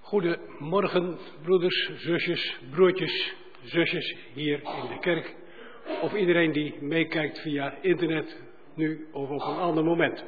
Goedemorgen, broeders, zusjes, broertjes, zusjes hier in de kerk. Of iedereen die meekijkt via internet, nu of op een ander moment.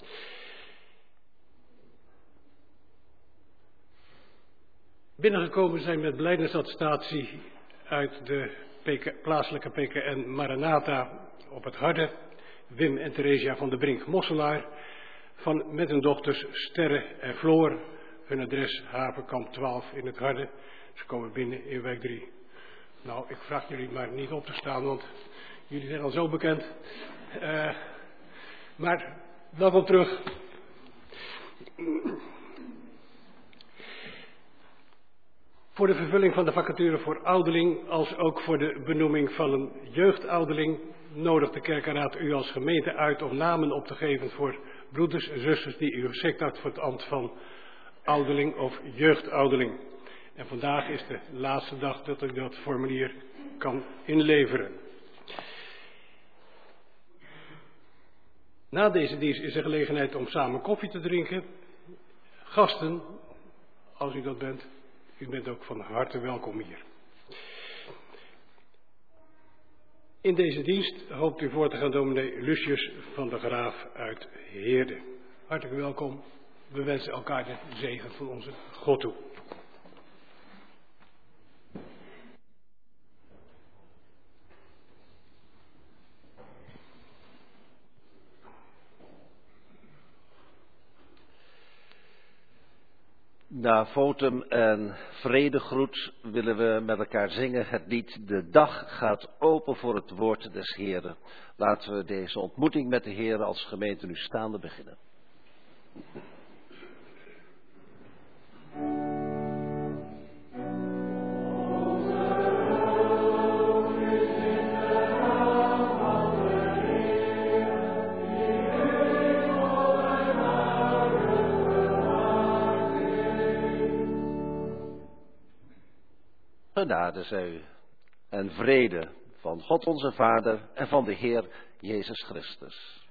Binnengekomen zijn met belijdensadstatie uit de plaatselijke PKN Maranatha op het Harde. Wim en Theresia van de Brink Mosselaar. Met hun dochters Sterre en Floor. Hun adres Havenkamp 12 in het Harde. Ze komen binnen in wijk 3. Nou, ik vraag jullie maar niet op te staan, want jullie zijn al zo bekend. Maar welkom terug. Voor de vervulling van de vacature voor ouderling, als ook voor de benoeming van een jeugdouderling, nodigt de kerkenraad u als gemeente uit om namen op te geven voor broeders en zusters die u geschikt had voor het ambt van ouderling of jeugdouderling. En vandaag is de laatste dag dat u dat formulier kan inleveren. Na deze dienst is er gelegenheid om samen koffie te drinken. Gasten, als u dat bent, u bent ook van harte welkom hier. In deze dienst hoopt u voor te gaan dominee Lucius van der Graaf uit Heerde. Hartelijk welkom. We wensen elkaar de zegen van onze God toe. Na votum en vredegroet willen we met elkaar zingen het lied De dag gaat open voor het woord des Heren. Laten we deze ontmoeting met de Heren als gemeente nu staande beginnen. Genade zij u en vrede van God onze Vader en van de Heer Jezus Christus.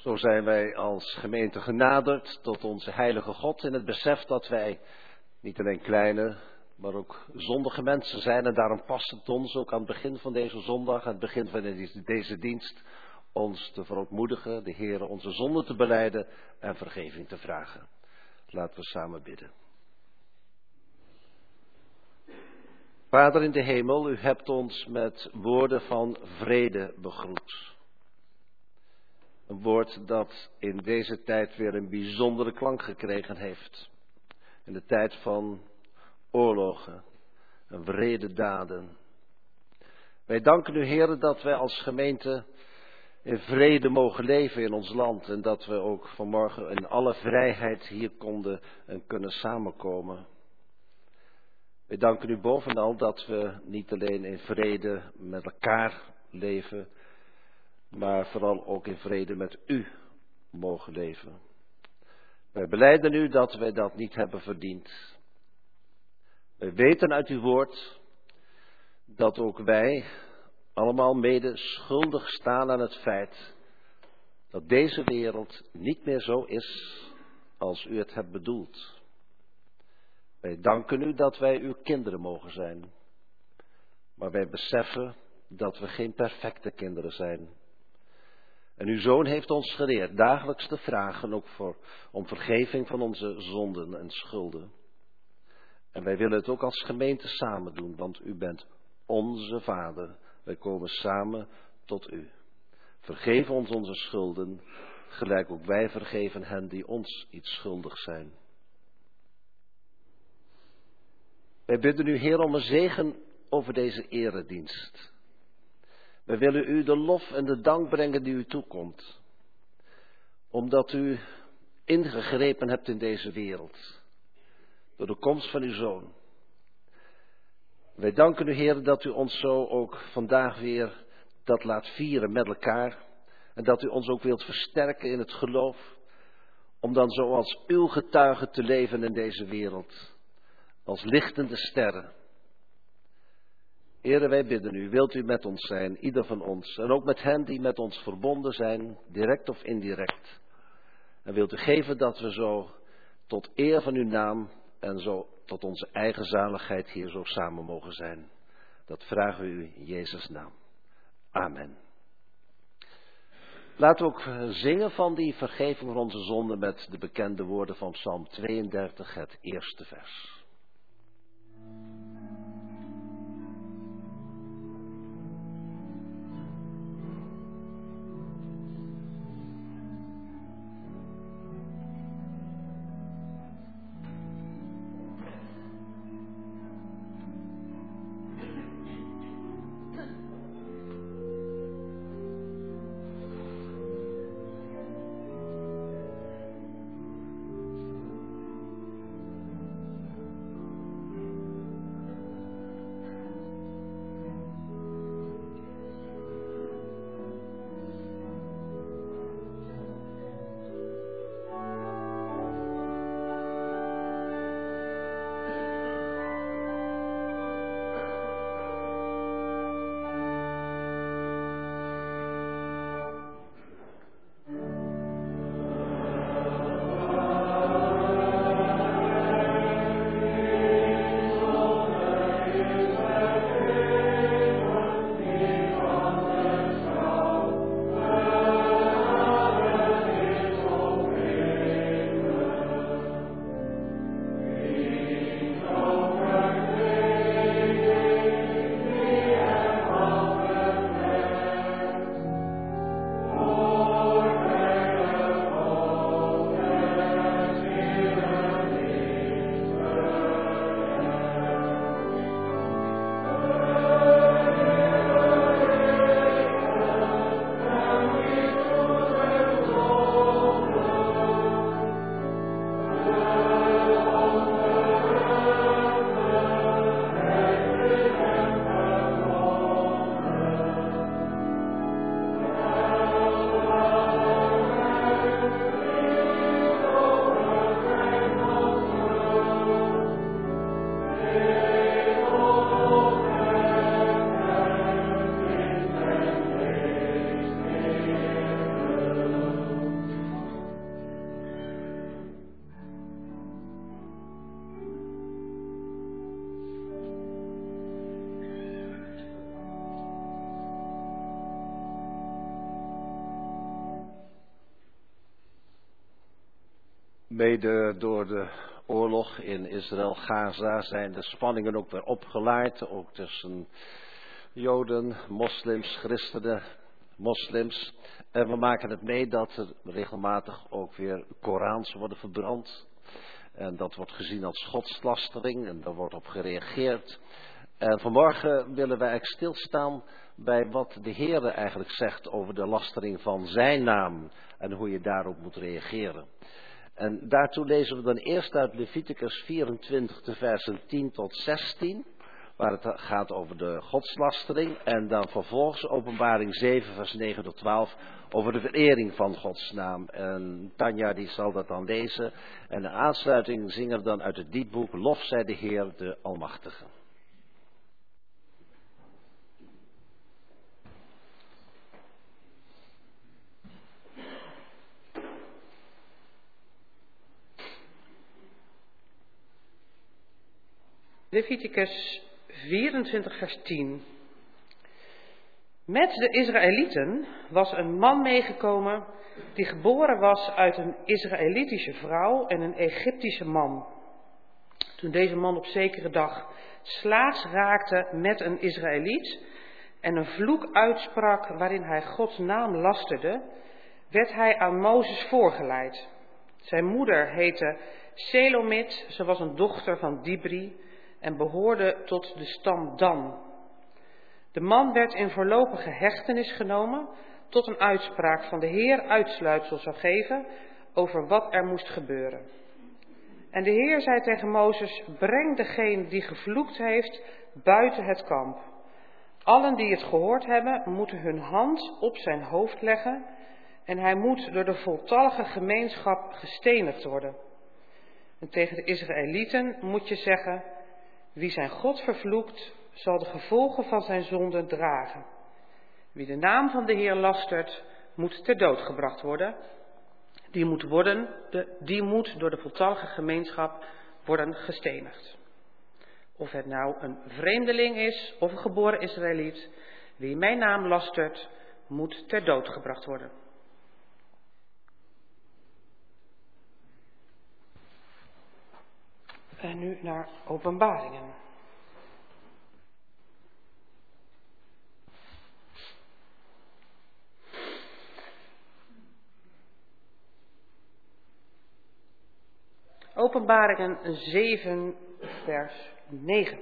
Zo zijn wij als gemeente genaderd tot onze heilige God in het besef dat wij niet alleen kleine, maar ook zondige mensen zijn. En daarom past het ons ook aan het begin van deze zondag, aan het begin van deze dienst, ons te verootmoedigen, de Heere onze zonden te belijden en vergeving te vragen. Laten we samen bidden. Vader in de hemel, u hebt ons met woorden van vrede begroet. Een woord dat in deze tijd weer een bijzondere klank gekregen heeft. In de tijd van oorlogen en wrede daden. Wij danken u, Heere, dat wij als gemeente in vrede mogen leven in ons land. En dat we ook vanmorgen in alle vrijheid hier konden en kunnen samenkomen. Wij danken u bovenal dat we niet alleen in vrede met elkaar leven, maar vooral ook in vrede met u mogen leven. Wij belijden u dat wij dat niet hebben verdiend. Wij weten uit uw woord dat ook wij allemaal mede schuldig staan aan het feit dat deze wereld niet meer zo is als u het hebt bedoeld. Wij danken u dat wij uw kinderen mogen zijn. Maar wij beseffen dat we geen perfecte kinderen zijn. En uw Zoon heeft ons geleerd dagelijks te vragen ook om vergeving van onze zonden en schulden. En wij willen het ook als gemeente samen doen, want u bent onze Vader. Wij komen samen tot u. Vergeef ons onze schulden, gelijk ook wij vergeven hen die ons iets schuldig zijn. Wij bidden u, Heer, om een zegen over deze eredienst. Wij willen u de lof en de dank brengen die u toekomt. Omdat u ingegrepen hebt in deze wereld. Door de komst van uw Zoon. Wij danken u, Heer, dat u ons zo ook vandaag weer dat laat vieren met elkaar. En dat u ons ook wilt versterken in het geloof. Om dan zo als uw getuige te leven in deze wereld. Als lichtende sterren. Heere, wij bidden u, wilt u met ons zijn, ieder van ons. En ook met hen die met ons verbonden zijn, direct of indirect. En wilt u geven dat we zo tot eer van uw naam en zo tot onze eigen zaligheid hier zo samen mogen zijn. Dat vragen we u in Jezus' naam. Amen. Laten we ook zingen van die vergeving van onze zonden met de bekende woorden van Psalm 32, het eerste vers. Mede door de oorlog in Israël-Gaza zijn de spanningen ook weer opgeleid, ook tussen Joden, moslims, christenen, moslims. En we maken het mee dat er regelmatig ook weer Korans worden verbrand. En dat wordt gezien als godslastering en daar wordt op gereageerd. En vanmorgen willen wij eigenlijk stilstaan bij wat de Heer eigenlijk zegt over de lastering van zijn naam en hoe je daarop moet reageren. En daartoe lezen we dan eerst uit Leviticus 24, de versen 10 tot 16, waar het gaat over de godslastering. En dan vervolgens Openbaring 7, vers 9 tot 12, over de verering van Gods naam. En Tanja die zal dat dan lezen. En de aansluiting zingen we dan uit het liedboek Lof zij de Heer, de Almachtige. Leviticus 24 vers 10. Met de Israëlieten was een man meegekomen die geboren was uit een Israëlitische vrouw en een Egyptische man. Toen deze man op zekere dag slaags raakte met een Israëliet en een vloek uitsprak waarin hij Gods naam lasterde, werd hij aan Mozes voorgeleid. Zijn moeder heette Selomit, ze was een dochter van Dibri en behoorde tot de stam Dan. De man werd in voorlopige hechtenis genomen tot een uitspraak van de Heer uitsluitsel zou geven over wat er moest gebeuren. En de Heer zei tegen Mozes: breng degene die gevloekt heeft buiten het kamp. Allen die het gehoord hebben moeten hun hand op zijn hoofd leggen en hij moet door de voltallige gemeenschap gestenigd worden. En tegen de Israëlieten moet je zeggen: wie zijn God vervloekt, zal de gevolgen van zijn zonde dragen. Wie de naam van de Heer lastert, moet ter dood gebracht worden. Die moet door de voltallige gemeenschap worden gestenigd. Of het nou een vreemdeling is of een geboren Israëliet, wie mijn naam lastert, moet ter dood gebracht worden. En nu naar Openbaringen. Openbaringen 7, vers 9.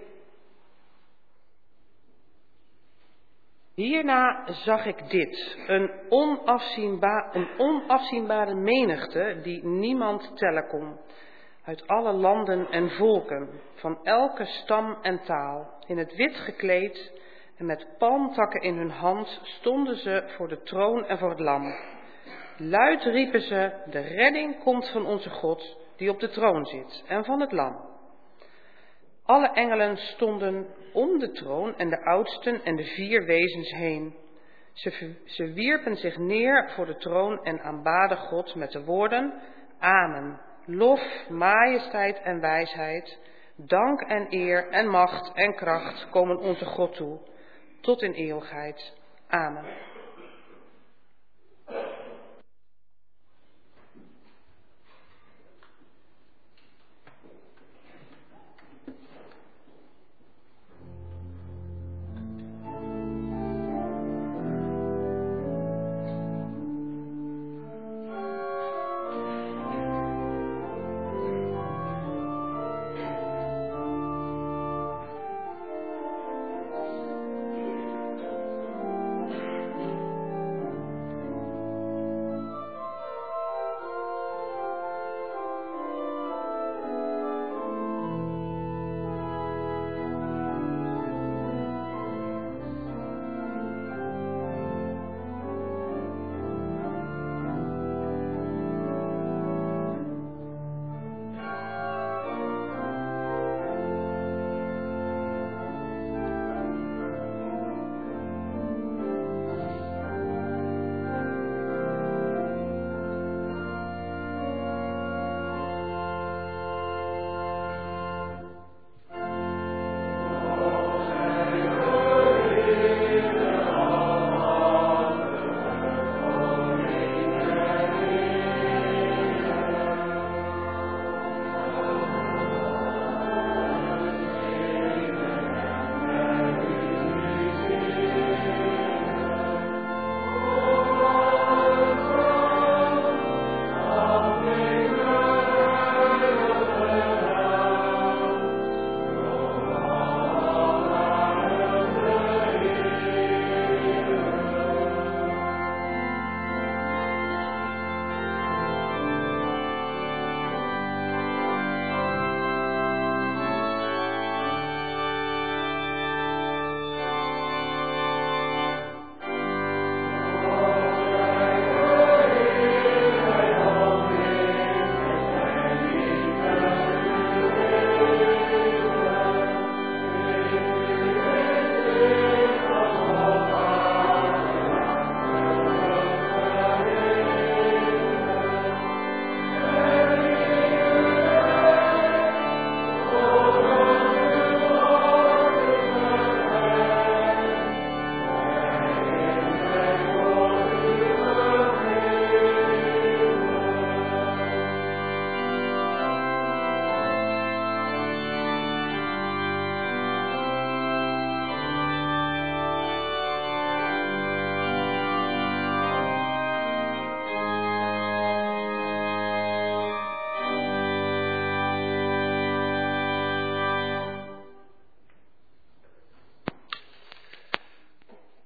Hierna zag ik dit, een onafzienbare menigte die niemand tellen kon, uit alle landen en volken, van elke stam en taal, in het wit gekleed en met palmtakken in hun hand stonden ze voor de troon en voor het lam. Luid riepen ze: de redding komt van onze God, die op de troon zit, en van het lam. Alle engelen stonden om de troon en de oudsten en de 4 wezens heen. Ze wierpen zich neer voor de troon en aanbaden God met de woorden: Amen. Lof, majesteit en wijsheid, dank en eer en macht en kracht komen onze God toe, tot in eeuwigheid. Amen.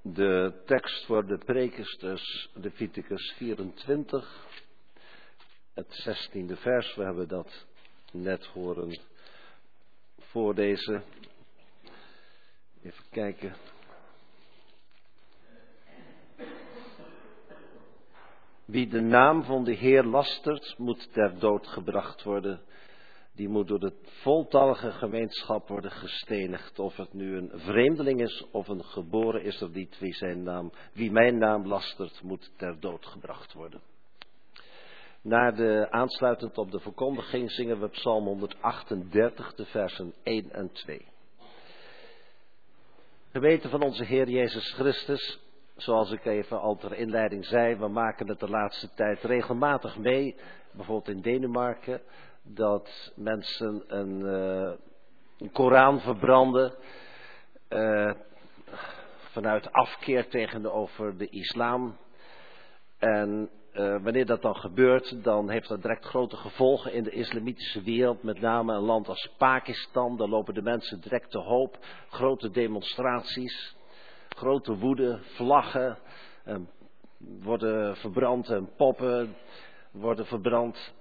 De tekst voor de preek is dus Leviticus 24, het 16e vers. We hebben dat net horen voorlezen. Even kijken. Wie de naam van de Heer lastert, moet ter dood gebracht worden. Die moet door de voltallige gemeenschap worden gestenigd. Of het nu een vreemdeling is of een geboren is er niet. Wie mijn naam lastert, moet ter dood gebracht worden. Aansluitend op de verkondiging zingen we Psalm 138, de versen 1 en 2. Gemeente van onze Heer Jezus Christus, zoals ik even al ter inleiding zei, we maken het de laatste tijd regelmatig mee, bijvoorbeeld in Denemarken, dat mensen een Koran verbranden vanuit afkeer tegenover de islam. En wanneer dat dan gebeurt, dan heeft dat direct grote gevolgen in de islamitische wereld. Met name een land als Pakistan, daar lopen de mensen direct te hoop. Grote demonstraties, grote woede, vlaggen worden verbrand en poppen worden verbrand.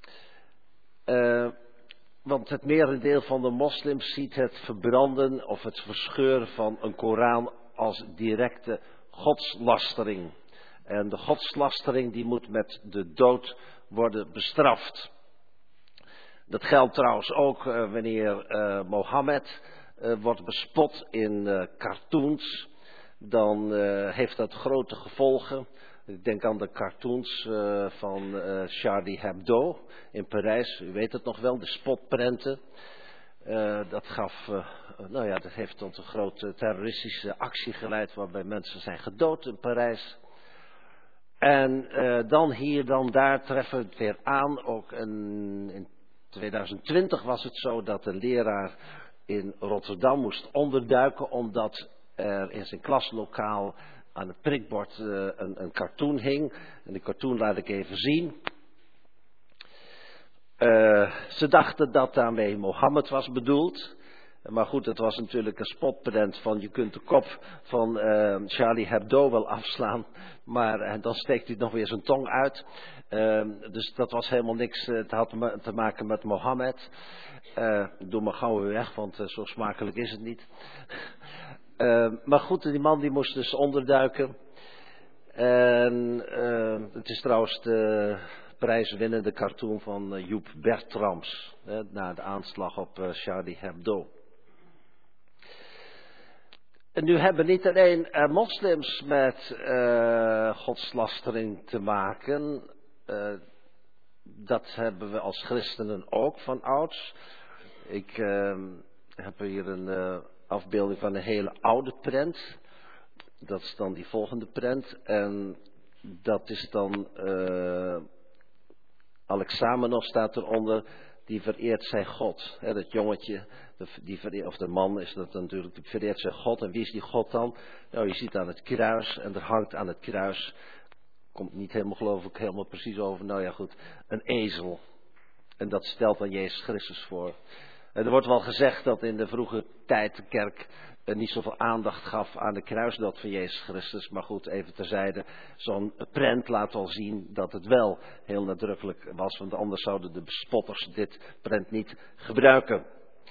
Want het merendeel van de moslims ziet het verbranden of het verscheuren van een Koran als directe godslastering. En de godslastering die moet met de dood worden bestraft. Dat geldt trouwens ook wanneer Mohammed wordt bespot in cartoons. Dan heeft dat grote gevolgen. Ik denk aan de cartoons van Charlie Hebdo in Parijs. U weet het nog wel, de spotprenten. Dat heeft tot een grote terroristische actie geleid waarbij mensen zijn gedood in Parijs. En dan hier, dan daar treffen we het weer aan. Ook in 2020 was het zo dat een leraar in Rotterdam moest onderduiken omdat er in zijn klaslokaal aan het prikbord een cartoon hing. En die cartoon laat ik even zien. Ze dachten dat daarmee Mohammed was bedoeld. Maar goed, het was natuurlijk een spotprent van je kunt de kop van Charlie Hebdo wel afslaan. Maar dan steekt hij nog weer zijn tong uit. Dus dat was helemaal niks. Het had te maken met Mohammed. Doe maar gauw weer weg, want zo smakelijk is het niet. Maar goed, die man die moest dus onderduiken. En het is trouwens de prijswinnende cartoon van Joep Bertrams. Na de aanslag op Charlie Hebdo. En nu hebben niet alleen moslims met godslastering te maken. Dat hebben we als christenen ook van ouds. Ik heb hier een afbeelding van een hele oude prent. Dat is dan die volgende prent. En dat is dan Alexamenos staat eronder. Die vereert zijn God. Dat jongetje, of de man is dat natuurlijk, die vereert zijn God. En wie is die God dan? Nou, je ziet aan het kruis en er hangt aan het kruis, komt niet helemaal geloof ik helemaal precies over, nou ja goed, een ezel. En dat stelt dan Jezus Christus voor. Er wordt wel gezegd dat in de vroege tijd de kerk niet zoveel aandacht gaf aan de kruisdood van Jezus Christus. Maar goed, even terzijde, zo'n prent laat wel zien dat het wel heel nadrukkelijk was. Want anders zouden de bespotters dit prent niet gebruiken.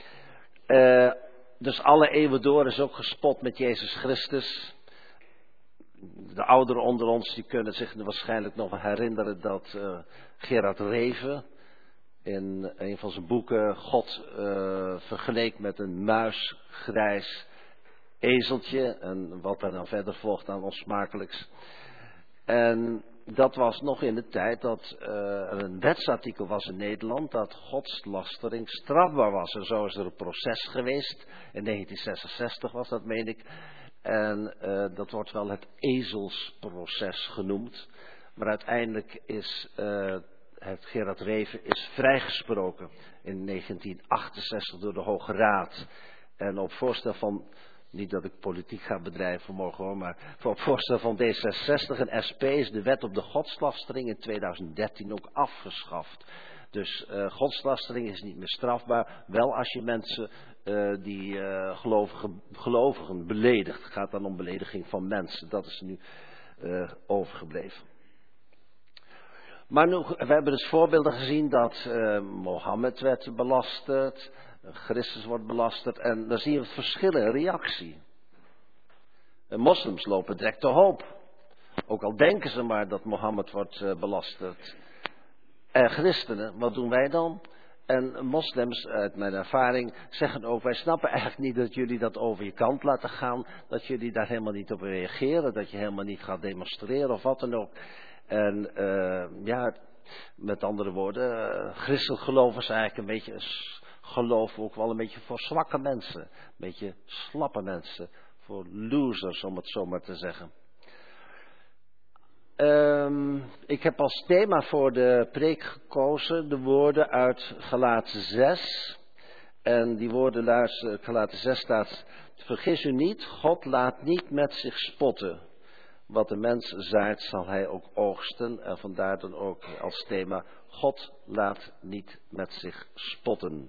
Dus alle eeuwen door is ook gespot met Jezus Christus. De ouderen onder ons die kunnen zich waarschijnlijk nog herinneren dat Gerard Reven in een van zijn boeken God vergeleek met een muisgrijs ezeltje. En wat er dan verder volgt aan onsmakelijks. En dat was nog in de tijd dat er een wetsartikel was in Nederland dat godslastering strafbaar was. En zo is er een proces geweest. In 1966 was dat, meen ik. En dat wordt wel het ezelsproces genoemd. Maar uiteindelijk is het Gerard Reven is vrijgesproken in 1968 door de Hoge Raad. En op voorstel van, niet dat ik politiek ga bedrijven vanmorgen hoor, maar op voorstel van D66 en SP is de wet op de godslastering in 2013 ook afgeschaft. Dus godslastering is niet meer strafbaar, wel als je mensen die gelovigen beledigt. Het gaat dan om belediging van mensen. Dat is nu overgebleven. Maar nu, we hebben dus voorbeelden gezien dat Mohammed werd belasterd, Christus wordt belasterd en dan zien we het verschil in reactie. Moslims lopen direct te hoop. Ook al denken ze maar dat Mohammed wordt belasterd. En christenen, wat doen wij dan? En moslims, uit mijn ervaring, zeggen ook, wij snappen eigenlijk niet dat jullie dat over je kant laten gaan. Dat jullie daar helemaal niet op reageren, dat je helemaal niet gaat demonstreren of wat dan ook. En ja, met andere woorden, christelijk geloof is eigenlijk een beetje geloof ook wel een beetje voor zwakke mensen. Een beetje slappe mensen, voor losers om het zo maar te zeggen. Ik heb als thema voor de preek gekozen de woorden uit Galaten 6. En die woorden uit Galaten 6 staat: vergis u niet, God laat niet met zich spotten. Wat de mens zaait zal hij ook oogsten. En vandaar dan ook als thema: God laat niet met zich spotten.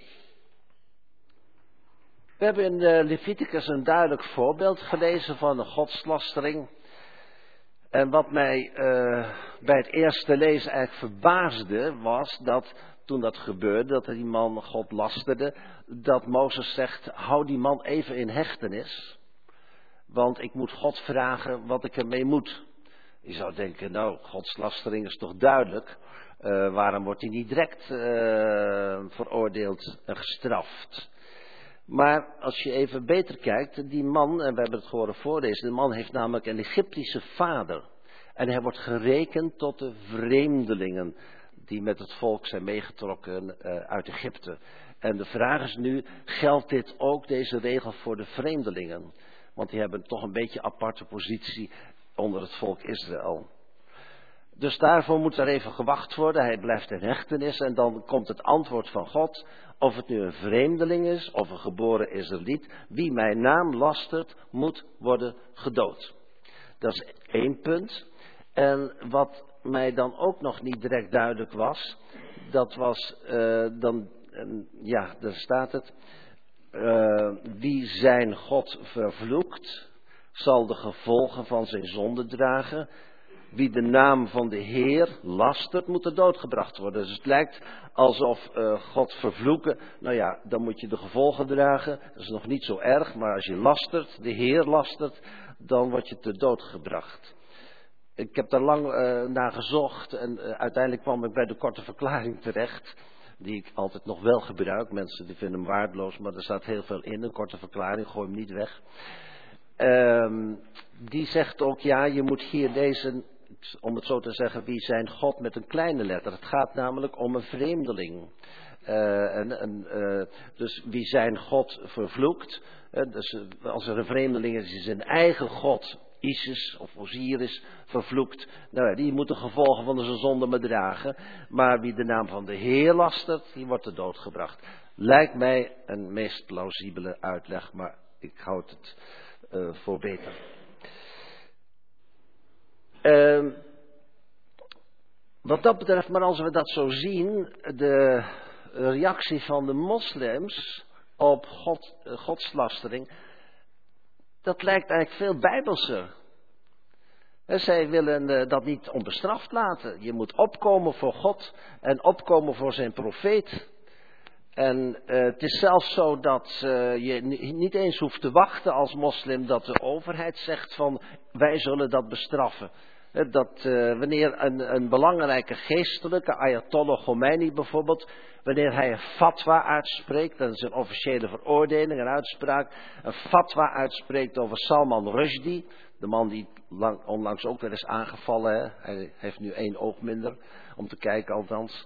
We hebben in Leviticus een duidelijk voorbeeld gelezen van een godslastering. En wat mij bij het eerste lezen eigenlijk verbaasde was dat toen dat gebeurde, dat die man God lasterde, dat Mozes zegt: hou die man even in hechtenis, want ik moet God vragen wat ik ermee moet. Je zou denken, nou, godslastering is toch duidelijk, waarom wordt hij niet direct veroordeeld en gestraft? Maar als je even beter kijkt, die man, en we hebben het horen voorlezen, de man heeft namelijk een Egyptische vader. En hij wordt gerekend tot de vreemdelingen die met het volk zijn meegetrokken uit Egypte. En de vraag is nu, geldt dit ook, deze regel, voor de vreemdelingen? Want die hebben toch een beetje aparte positie onder het volk Israël. Dus daarvoor moet er even gewacht worden. Hij blijft in hechtenis en dan komt het antwoord van God. Of het nu een vreemdeling is of een geboren Israëliet. Wie mijn naam lastert, moet worden gedood. Dat is één punt. En wat mij dan ook nog niet direct duidelijk was. Dat was daar staat het. Wie zijn God vervloekt, zal de gevolgen van zijn zonde dragen. Wie de naam van de Heer lastert, moet er doodgebracht worden. Dus het lijkt alsof God vervloeken, nou ja, dan moet je de gevolgen dragen. Dat is nog niet zo erg, maar als je lastert, de Heer lastert, dan word je te dood gebracht. Ik heb daar lang naar gezocht en uiteindelijk kwam ik bij de korte verklaring terecht. Die ik altijd nog wel gebruik. Mensen die vinden hem waardeloos, maar er staat heel veel in. Een korte verklaring, gooi hem niet weg. Die zegt ook, ja, je moet hier lezen, om het zo te zeggen, wie zijn God met een kleine letter. Het gaat namelijk om een vreemdeling. Dus wie zijn God vervloekt. Dus als er een vreemdeling is die zijn eigen God, Isis of Osiris, vervloekt. Nou ja, die moet de gevolgen van zijn zonde bedragen. Maar wie de naam van de Heer lastert, die wordt te dood gebracht. Lijkt mij een meest plausibele uitleg, maar ik houd het voor beter. Wat dat betreft, maar als we dat zo zien, de reactie van de moslims op godslastering, dat lijkt eigenlijk veel bijbelser. Zij willen dat niet onbestraft laten. Je moet opkomen voor God en opkomen voor zijn profeet. En het is zelfs zo dat je niet eens hoeft te wachten als moslim dat de overheid zegt van wij zullen dat bestraffen. Dat wanneer een belangrijke geestelijke, Ayatollah Khomeini bijvoorbeeld, wanneer hij een fatwa uitspreekt, dat is een officiële veroordeling, een uitspraak, een fatwa uitspreekt over Salman Rushdie, de man die onlangs ook weer is aangevallen, hè? Hij heeft nu 1 oog minder, om te kijken althans.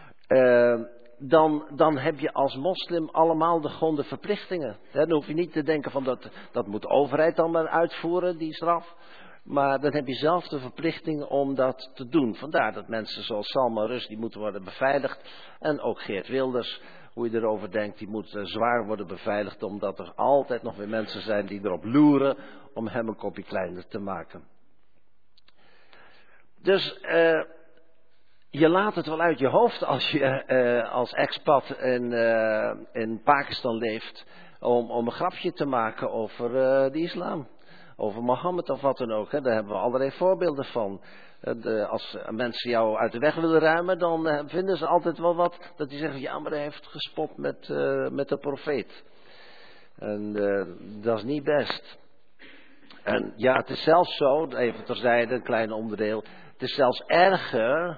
Dan heb je als moslim allemaal gewoon de verplichtingen. Dan hoef je niet te denken van dat moet de overheid dan maar uitvoeren, die straf. Maar dan heb je zelf de verplichting om dat te doen. Vandaar dat mensen zoals Salman Rushdie moeten worden beveiligd. En ook Geert Wilders, hoe je erover denkt, die moet zwaar worden beveiligd. Omdat er altijd nog weer mensen zijn die erop loeren om hem een kopje kleiner te maken. Dus je laat het wel uit je hoofd als je als expat in Pakistan leeft, om een grapje te maken over de islam. Over Mohammed of wat dan ook. Hè. Daar hebben we allerlei voorbeelden van. Als mensen jou uit de weg willen ruimen, dan vinden ze altijd wel wat. Dat die zeggen, ja, maar hij heeft gespot met de profeet. En dat is niet best. En ja, het is zelfs zo, even terzijde, een klein onderdeel. Het is zelfs erger,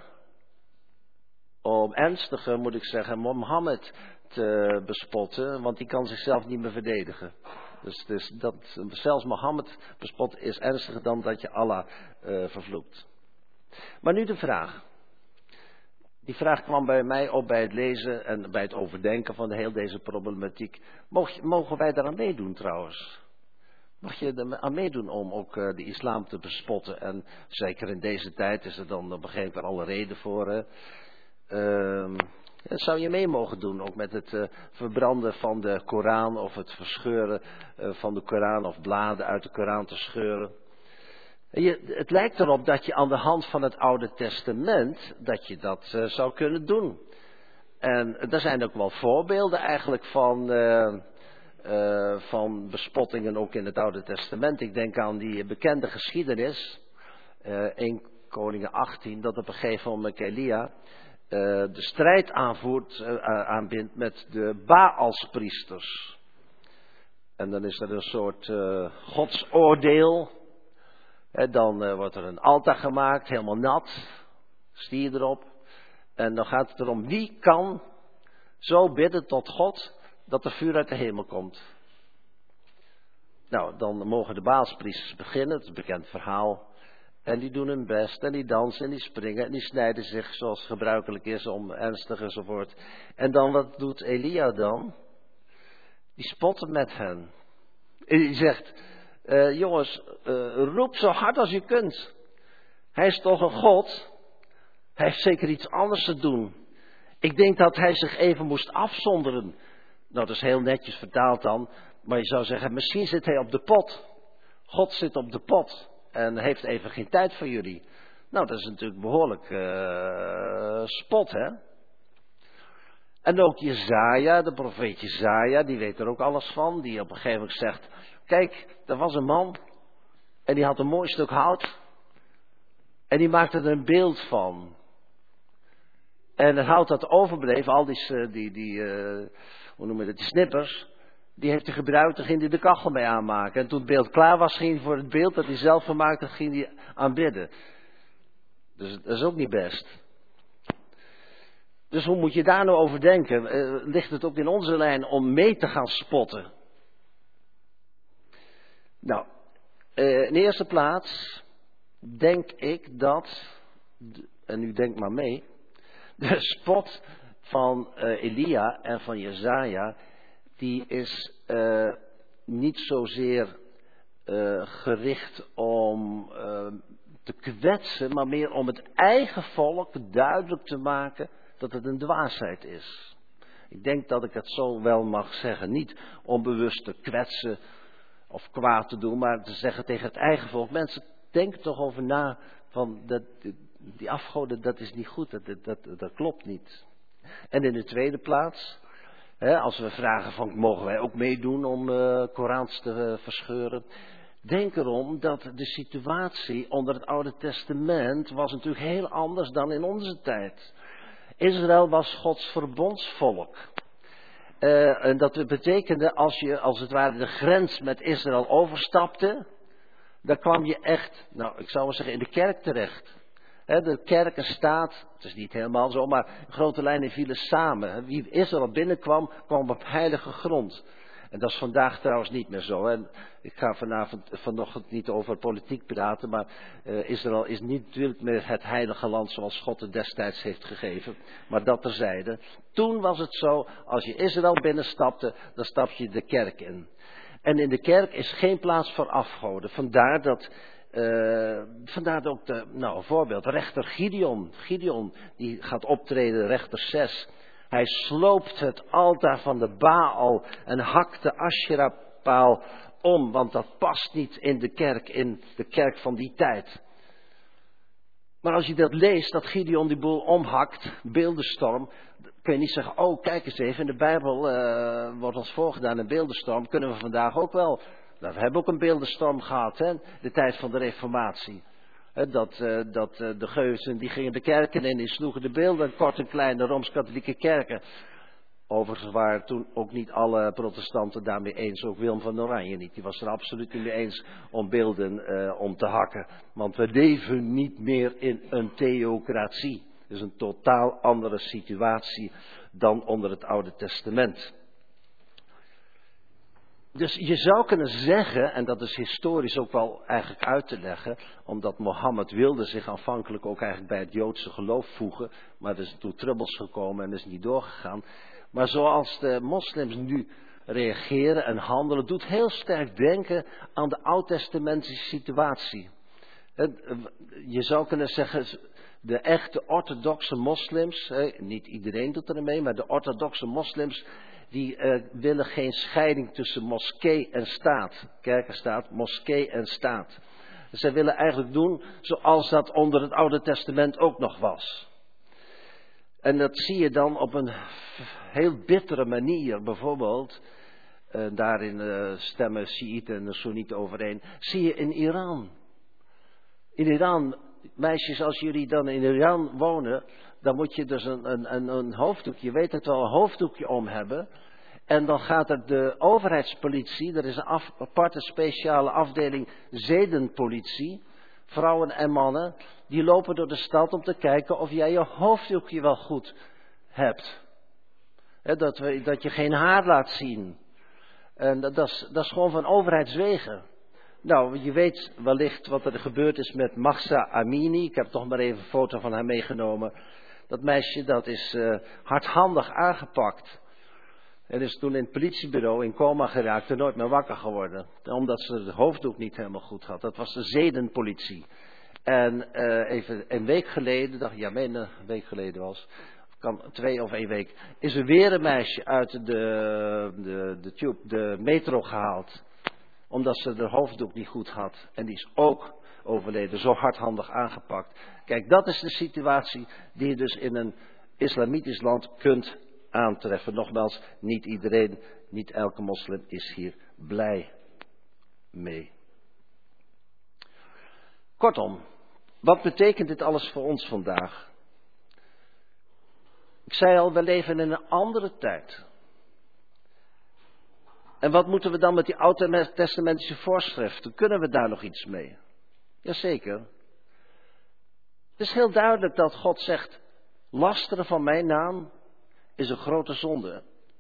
ernstiger moet ik zeggen, Mohammed te bespotten. Want die kan zichzelf niet meer verdedigen. Dus dat zelfs Mohammed bespot is ernstiger dan dat je Allah vervloekt. Maar nu de vraag. Die vraag kwam bij mij op bij het lezen en bij het overdenken van heel deze problematiek. Mogen wij daaraan meedoen trouwens? Mag je er aan meedoen om ook de islam te bespotten? En zeker in deze tijd is er dan begrijp ik er alle reden voor. Zou je mee mogen doen, ook met het verbranden van de Koran of het verscheuren van de Koran of bladen uit de Koran te scheuren? Het lijkt erop dat je aan de hand van het Oude Testament, dat je dat zou kunnen doen. En er zijn ook wel voorbeelden eigenlijk van bespottingen ook in het Oude Testament. Ik denk aan die bekende geschiedenis, 1 Koningen 18, dat op een gegeven moment Elia de strijd aanbindt met de Baalspriesters. En dan is er een soort godsoordeel. Dan wordt er een altaar gemaakt, helemaal nat, stier erop. En dan gaat het erom, wie kan zo bidden tot God dat er vuur uit de hemel komt. Nou, dan mogen de Baalspriesters beginnen, het is een bekend verhaal. En die doen hun best, en die dansen, en die springen, en die snijden zich zoals gebruikelijk is om ernstig enzovoort. En dan, wat doet Elia dan? Die spotten met hen. En die zegt, jongens, roep zo hard als je kunt. Hij is toch een God? Hij heeft zeker iets anders te doen. Ik denk dat hij zich even moest afzonderen. Nou, dat is heel netjes vertaald dan. Maar je zou zeggen, misschien zit hij op de pot. God zit op de pot. En heeft even geen tijd voor jullie. Nou, dat is natuurlijk behoorlijk spot, hè. En ook Jesaja, de profeet Jesaja, die weet er ook alles van. Die op een gegeven moment zegt, kijk, er was een man. En die had een mooi stuk hout. En die maakte er een beeld van. En het hout dat overbleef, al hoe noem je dat, die snippers, die heeft hij gebruikt en ging hij de kachel mee aanmaken. En toen het beeld klaar was, ging hij voor het beeld dat hij zelf gemaakt had, ging hij aanbidden. Dus dat is ook niet best. Dus hoe moet je daar nou over denken? Ligt het ook in onze lijn om mee te gaan spotten? Nou, in de eerste plaats denk ik dat, en u denkt maar mee, de spot van Elia en van Jesaja, die is niet zozeer gericht om te kwetsen, maar meer om het eigen volk duidelijk te maken dat het een dwaasheid is. Ik denk dat ik het zo wel mag zeggen. Niet onbewust te kwetsen of kwaad te doen, maar te zeggen tegen het eigen volk. Mensen, denken toch over na, van die afgoden, dat is niet goed, dat klopt niet. En in de tweede plaats, als we vragen van, mogen wij ook meedoen om Korans te verscheuren? Denk erom dat de situatie onder het Oude Testament was natuurlijk heel anders dan in onze tijd. Israël was Gods verbondsvolk. En dat betekende, als je als het ware de grens met Israël overstapte, dan kwam je echt, nou ik zou wel zeggen, in de kerk terecht. De kerk en staat, het is niet helemaal zo, maar in grote lijnen vielen samen. Wie Israël binnenkwam, kwam op heilige grond. En dat is vandaag trouwens niet meer zo. En ik ga vanochtend niet over politiek praten, maar Israël is niet natuurlijk meer het heilige land zoals God het destijds heeft gegeven. Maar dat terzijde. Toen was het zo, als je Israël binnenstapte, dan stap je de kerk in. En in de kerk is geen plaats voor afgoden. Vandaar ook een voorbeeld, rechter Gideon. Gideon die gaat optreden, rechter 6. Hij sloopt het altaar van de Baal en hakt de Asherah-paal om, want dat past niet in de kerk van die tijd. Maar als je dat leest, dat Gideon die boel omhakt, beeldenstorm, kun je niet zeggen, oh kijk eens even, in de Bijbel wordt ons voorgedaan een beeldenstorm, kunnen we vandaag ook wel. Nou, we hebben ook een beeldenstorm gehad, hè, de tijd van de Reformatie. Dat de geuzen, die gingen de kerken in, die sloegen de beelden kort en klein, de Rooms-Katholieke kerken. Overigens waren toen ook niet alle protestanten daarmee eens, ook Willem van Oranje niet. Die was er absoluut niet mee eens om beelden om te hakken. Want we leven niet meer in een theocratie. Het is een totaal andere situatie dan onder het Oude Testament. Dus je zou kunnen zeggen, en dat is historisch ook wel eigenlijk uit te leggen, omdat Mohammed wilde zich aanvankelijk ook eigenlijk bij het Joodse geloof voegen, maar er is toen trubbels gekomen en is niet doorgegaan. Maar zoals de moslims nu reageren en handelen, doet heel sterk denken aan de oud-testamentische situatie. Je zou kunnen zeggen, de echte orthodoxe moslims, niet iedereen doet er mee, maar de orthodoxe moslims, die willen geen scheiding tussen moskee en staat. Kerk en staat, moskee en staat. Zij willen eigenlijk doen zoals dat onder het Oude Testament ook nog was. En dat zie je dan op een heel bittere manier. Bijvoorbeeld, daarin stemmen Sjiïten en Soenieten overeen. Zie je in Iran. In Iran, meisjes, als jullie dan in Iran wonen, dan moet je dus een hoofddoekje, je weet het wel, een hoofddoekje om hebben. En dan gaat er de overheidspolitie, er is een aparte speciale afdeling zedenpolitie, vrouwen en mannen, die lopen door de stad om te kijken of jij je hoofddoekje wel goed hebt. Dat je geen haar laat zien. En dat is gewoon van overheidswegen. Nou, je weet wellicht wat er gebeurd is met Mahsa Amini. Ik heb toch maar even een foto van haar meegenomen. Dat meisje, dat is hardhandig aangepakt. En is toen in het politiebureau in coma geraakt en nooit meer wakker geworden. Omdat ze het hoofddoek niet helemaal goed had. Dat was de zedenpolitie. En even een week geleden, een week geleden was, kan 2 of 1 week, is er weer een meisje uit de metro gehaald. Omdat ze haar hoofddoek niet goed had. En die is ook overleden, zo hardhandig aangepakt. Kijk, dat is de situatie die je dus in een islamitisch land kunt aantreffen. Nogmaals, niet iedereen, niet elke moslim is hier blij mee. Kortom, wat betekent dit alles voor ons vandaag? Ik zei al, we leven in een andere tijd. En wat moeten we dan met die oud-testamentische voorschriften? Kunnen we daar nog iets mee? Jazeker. Het is heel duidelijk dat God zegt, lasteren van mijn naam is een grote zonde.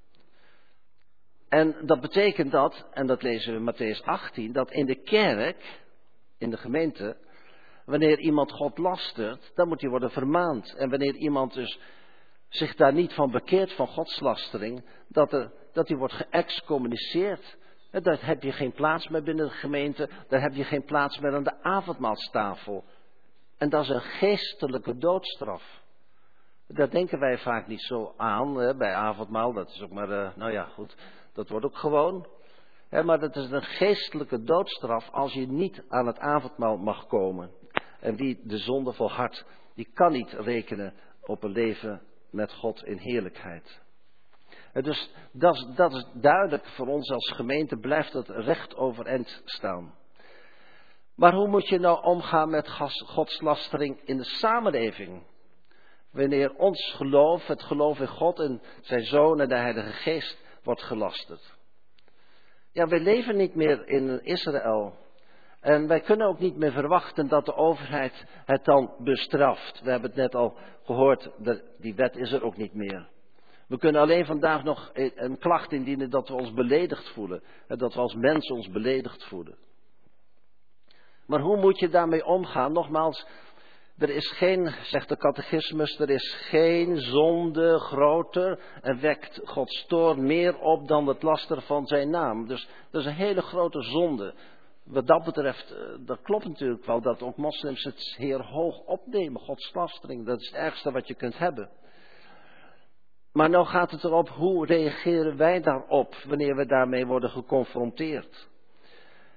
En dat betekent dat, en dat lezen we in Mattheüs 18, dat in de kerk, in de gemeente, wanneer iemand God lastert, dan moet hij worden vermaand. En wanneer iemand dus zich daar niet van bekeert van godslastering, dat hij wordt geëxcommuniceerd. Daar heb je geen plaats meer binnen de gemeente, daar heb je geen plaats meer aan de avondmaalstafel. En dat is een geestelijke doodstraf. Daar denken wij vaak niet zo aan, bij avondmaal, dat is ook maar, goed, dat wordt ook gewoon. Maar dat is een geestelijke doodstraf als je niet aan het avondmaal mag komen. En wie de zonde volhardt, die kan niet rekenen op een leven met God in heerlijkheid. Dus dat is duidelijk voor ons als gemeente, blijft het recht overeind staan. Maar hoe moet je nou omgaan met godslastering in de samenleving? Wanneer ons geloof, het geloof in God en zijn Zoon en de Heilige Geest wordt gelasterd. Ja, wij leven niet meer in Israël. En wij kunnen ook niet meer verwachten dat de overheid het dan bestraft. We hebben het net al gehoord, die wet is er ook niet meer. We kunnen alleen vandaag nog een klacht indienen dat we ons beledigd voelen. Dat we als mensen ons beledigd voelen. Maar hoe moet je daarmee omgaan? Nogmaals, er is geen, zegt de catechismus, er is geen zonde groter en wekt Gods toorn meer op dan het lasteren van zijn naam. Dus dat is een hele grote zonde. Wat dat betreft, dat klopt natuurlijk wel dat ook moslims het heel hoog opnemen. Godslastering, dat is het ergste wat je kunt hebben. Maar nou gaat het erop, hoe reageren wij daarop wanneer we daarmee worden geconfronteerd?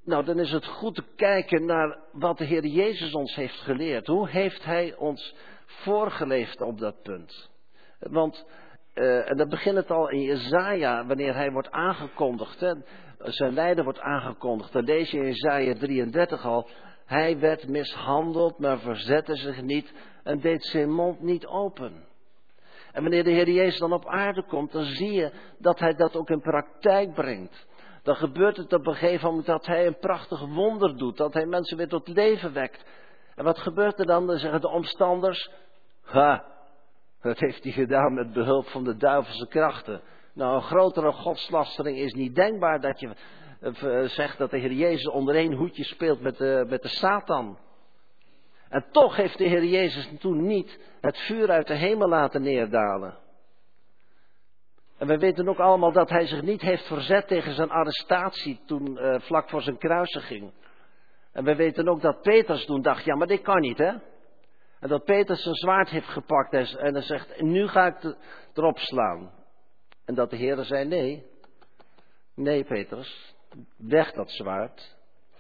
Nou, dan is het goed te kijken naar wat de Heer Jezus ons heeft geleerd. Hoe heeft Hij ons voorgeleefd op dat punt? Want, en dat begint het al in Jesaja, wanneer Hij wordt aangekondigd. Hè? Zijn lijden wordt aangekondigd. Dan lees je in Jesaja 33 al. Hij werd mishandeld, maar verzette zich niet en deed zijn mond niet open. En wanneer de Heer Jezus dan op aarde komt, dan zie je dat Hij dat ook in praktijk brengt. Dan gebeurt het op een gegeven moment dat Hij een prachtig wonder doet. Dat Hij mensen weer tot leven wekt. En wat gebeurt er dan? Dan zeggen de omstanders, dat heeft Hij gedaan met behulp van de duivelse krachten. Nou, een grotere godslastering is niet denkbaar dat je zegt dat de Heer Jezus onder één hoedje speelt met de Satan. En toch heeft de Heer Jezus toen niet het vuur uit de hemel laten neerdalen. En we weten ook allemaal dat Hij zich niet heeft verzet tegen zijn arrestatie toen vlak voor zijn kruisiging. En we weten ook dat Petrus toen dacht, ja maar dit kan niet hè. En dat Petrus zijn zwaard heeft gepakt en hij zegt, nu ga ik erop slaan. En dat de Heer zei, nee Petrus, weg dat zwaard.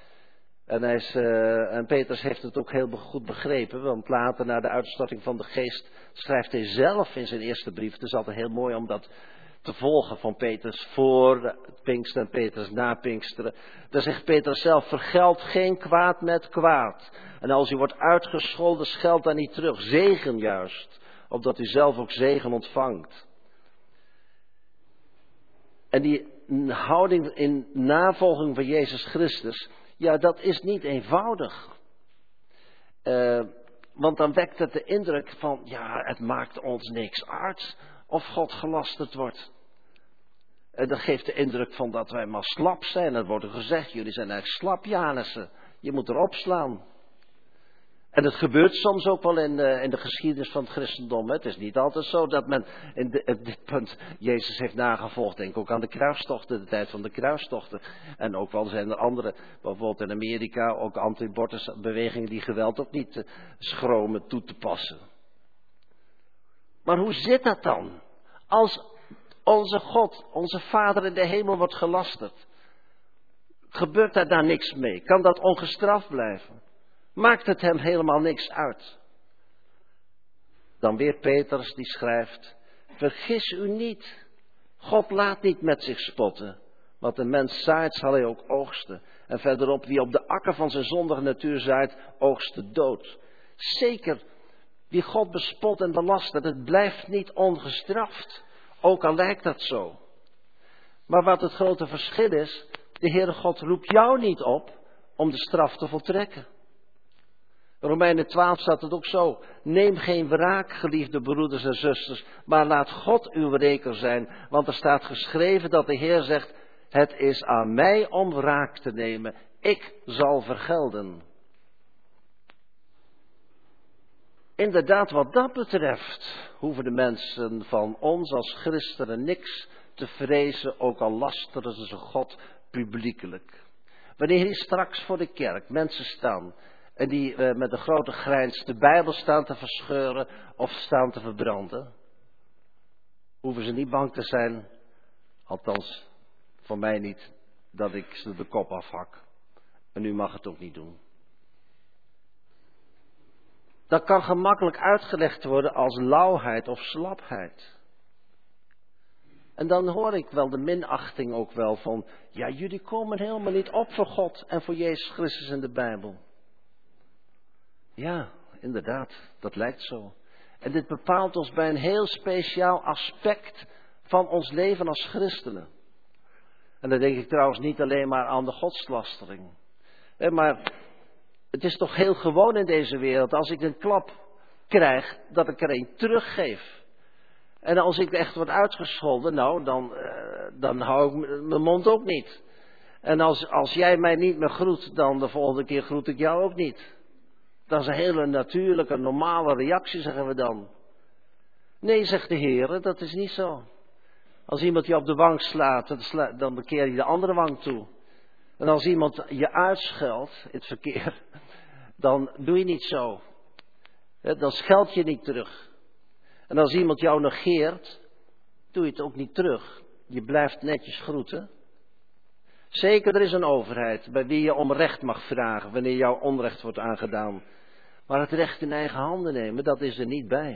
En Petrus heeft het ook heel goed begrepen, want later na de uitstorting van de geest schrijft hij zelf in zijn eerste brief. Het is altijd heel mooi om dat te volgen van Petrus voor Pinksteren en Petrus na Pinksteren. Dan zegt Petrus zelf, vergeld geen kwaad met kwaad. En als u wordt uitgescholden, scheld dan niet terug, zegen juist, opdat u zelf ook zegen ontvangt. En die houding in navolging van Jezus Christus, ja, dat is niet eenvoudig. Want dan wekt het de indruk van, ja, het maakt ons niks uit of God gelasterd wordt. Dat geeft de indruk van dat wij maar slap zijn. Er wordt gezegd, jullie zijn eigenlijk slapjanissen. Je moet erop slaan. En het gebeurt soms ook wel in de geschiedenis van het christendom. Het is niet altijd zo dat men in dit punt Jezus heeft nagevolgd. Denk ook aan de kruistochten, de tijd van de kruistochten. En ook wel zijn er andere, bijvoorbeeld in Amerika, ook anti-abortusbewegingen die geweld ook niet schromen toe te passen. Maar hoe zit dat dan? Als onze God, onze Vader in de hemel wordt gelasterd. Gebeurt daar niks mee? Kan dat ongestraft blijven? Maakt het hem helemaal niks uit? Dan weer Petrus die schrijft, vergis u niet. God laat niet met zich spotten. Wat de mens zaait zal hij ook oogsten. En verderop, wie op de akker van zijn zondige natuur zaait, oogst de dood. Zeker, wie God bespot en belastert, het blijft niet ongestraft. Ook al lijkt dat zo. Maar wat het grote verschil is, de Heere God roept jou niet op om de straf te voltrekken. In Romeinen 12 staat het ook zo. Neem geen wraak, geliefde broeders en zusters, maar laat God uw wreker zijn. Want er staat geschreven dat de Heer zegt, het is aan mij om wraak te nemen. Ik zal vergelden. Inderdaad, wat dat betreft, hoeven de mensen van ons als christenen niks te vrezen, ook al lasteren ze God publiekelijk. Wanneer hier straks voor de kerk mensen staan en die met een grote grijns de Bijbel staan te verscheuren of staan te verbranden, hoeven ze niet bang te zijn, althans voor mij niet, dat ik ze de kop afhak. En u mag het ook niet doen. Dat kan gemakkelijk uitgelegd worden als lauwheid of slapheid. En dan hoor ik wel de minachting ook wel van, ja, jullie komen helemaal niet op voor God en voor Jezus Christus in de Bijbel. Ja, inderdaad, dat lijkt zo. En dit bepaalt ons bij een heel speciaal aspect van ons leven als christenen. En dan denk ik trouwens niet alleen maar aan de godslastering. Maar het is toch heel gewoon in deze wereld, als ik een klap krijg, dat ik er een teruggeef. En als ik echt word uitgescholden, nou, dan hou ik mijn mond ook niet. En als jij mij niet meer groet, dan de volgende keer groet ik jou ook niet. Dat is een hele natuurlijke, normale reactie, zeggen we dan. Nee, zegt de Heer, dat is niet zo. Als iemand je op de wang slaat, dan bekeer je de andere wang toe. En als iemand je uitscheldt in het verkeer, dan doe je niet zo. Dan scheld je niet terug. En als iemand jou negeert, doe je het ook niet terug. Je blijft netjes groeten. Zeker, er is een overheid bij wie je om recht mag vragen wanneer jouw onrecht wordt aangedaan. Maar het recht in eigen handen nemen, dat is er niet bij.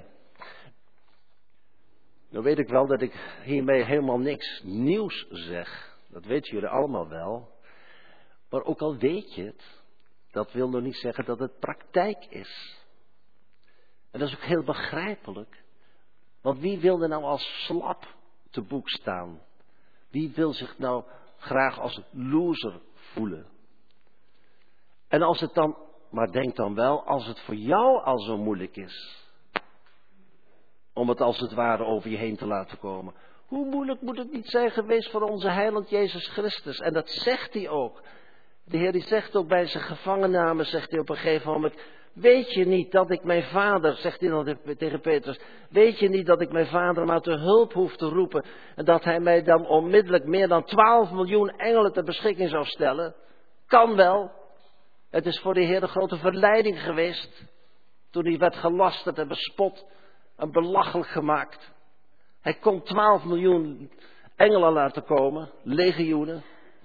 Nou weet ik wel dat ik hiermee helemaal niks nieuws zeg. Dat weten jullie allemaal wel. Maar ook al weet je het, dat wil nog niet zeggen dat het praktijk is. En dat is ook heel begrijpelijk. Want wie wil er nou als slap te boek staan? Wie wil zich nou graag als loser voelen? En als het dan, maar denk dan wel, als het voor jou al zo moeilijk is, om het als het ware over je heen te laten komen. Hoe moeilijk moet het niet zijn geweest voor onze heiland Jezus Christus? En dat zegt hij ook. De Heer die zegt ook bij zijn gevangenname, zegt hij op een gegeven moment, weet je niet dat ik mijn vader, zegt hij dan tegen Petrus, weet je niet dat ik mijn vader maar te hulp hoef te roepen en dat hij mij dan onmiddellijk meer dan 12 miljoen engelen ter beschikking zou stellen? Kan wel. Het is voor de Heer een grote verleiding geweest toen hij werd gelasterd en bespot en belachelijk gemaakt. Hij kon 12 miljoen engelen laten komen, legioenen.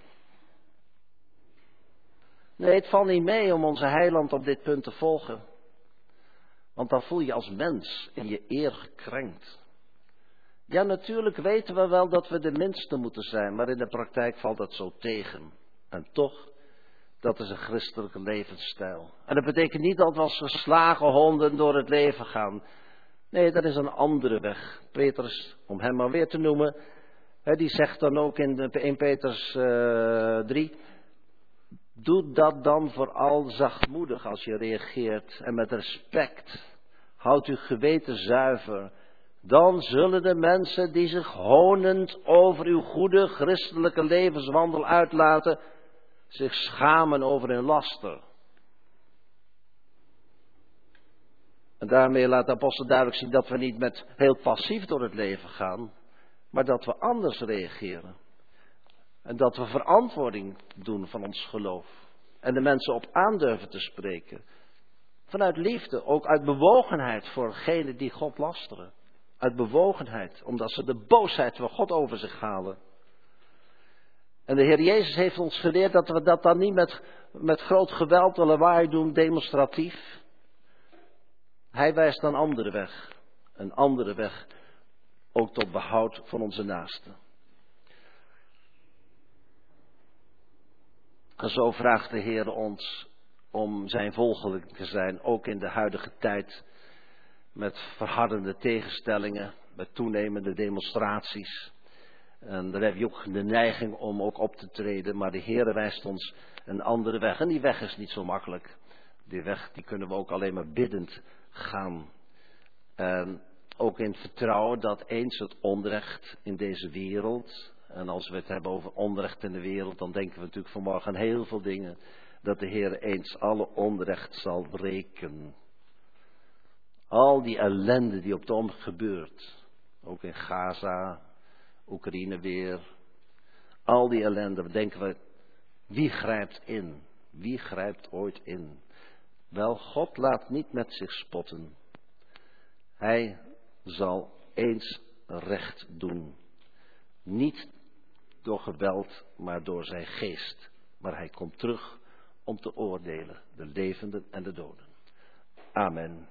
Nee, het valt niet mee om onze heiland op dit punt te volgen. Want dan voel je als mens in je eer gekrenkt. Ja, natuurlijk weten we wel dat we de minste moeten zijn, maar in de praktijk valt dat zo tegen. En toch, dat is een christelijke levensstijl. En dat betekent niet dat we als geslagen honden door het leven gaan. Nee, dat is een andere weg. Petrus, om hem maar weer te noemen, die zegt dan ook in 1 Petrus 3... Doe dat dan vooral zachtmoedig als je reageert en met respect. Houd uw geweten zuiver. Dan zullen de mensen die zich honend over uw goede christelijke levenswandel uitlaten, zich schamen over hun laster. En daarmee laat de apostel duidelijk zien dat we niet met heel passief door het leven gaan, maar dat we anders reageren. En dat we verantwoording doen van ons geloof. En de mensen op aandurven te spreken. Vanuit liefde, ook uit bewogenheid voor degenen die God lasteren. Uit bewogenheid, omdat ze de boosheid van God over zich halen. En de Heer Jezus heeft ons geleerd dat we dat dan niet met groot geweld en lawaai doen, demonstratief. Hij wijst een andere weg. Een andere weg, ook tot behoud van onze naasten. En zo vraagt de Heer ons om zijn volgeling te zijn, ook in de huidige tijd, met verhardende tegenstellingen, met toenemende demonstraties. En daar heb je ook de neiging om ook op te treden, maar de Heer wijst ons een andere weg. En die weg is niet zo makkelijk. Die weg die kunnen we ook alleen maar biddend gaan. En ook in het vertrouwen dat eens het onrecht in deze wereld, en als we het hebben over onrecht in de wereld, dan denken we natuurlijk vanmorgen aan heel veel dingen, dat de Heer eens alle onrecht zal breken. Al die ellende die op het ogenblik gebeurt, ook in Gaza, Oekraïne weer, al die ellende, denken we, wie grijpt in? Wie grijpt ooit in? Wel, God laat niet met zich spotten. Hij zal eens recht doen. Niet door geweld, maar door zijn geest. Maar hij komt terug om te oordelen, de levenden en de doden. Amen.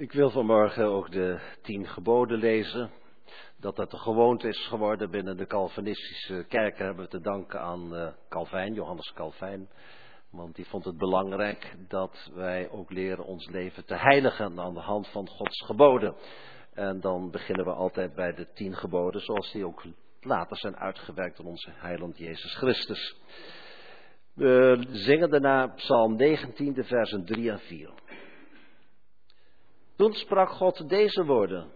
Ik wil vanmorgen ook de 10 geboden lezen. Dat de gewoonte is geworden binnen de Calvinistische kerken hebben we te danken aan Calvijn, Johannes Calvijn. Want die vond het belangrijk dat wij ook leren ons leven te heiligen aan de hand van Gods geboden. En dan beginnen we altijd bij de 10 geboden zoals die ook later zijn uitgewerkt door onze heiland Jezus Christus. We zingen daarna Psalm 19, de versen 3 en 4. Toen sprak God deze woorden.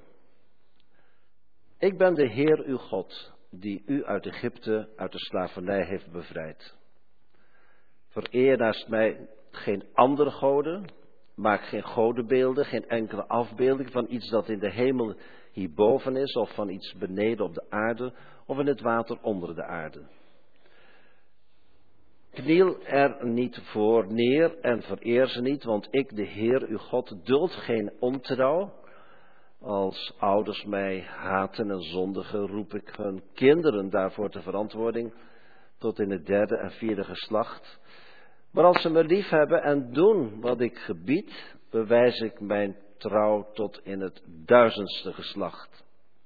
Ik ben de Heer uw God, die u uit Egypte, uit de slavernij heeft bevrijd. Vereer naast mij geen andere goden, maak geen godenbeelden, geen enkele afbeelding van iets dat in de hemel hierboven is, of van iets beneden op de aarde, of in het water onder de aarde. Kniel er niet voor neer en vereer ze niet, want ik, de Heer uw God, duld geen ontrouw. Als ouders mij haten en zondigen, roep ik hun kinderen daarvoor ter verantwoording, tot in het 3e en 4e geslacht. Maar als ze me lief hebben en doen wat ik gebied, bewijs ik mijn trouw tot in het 1000ste geslacht.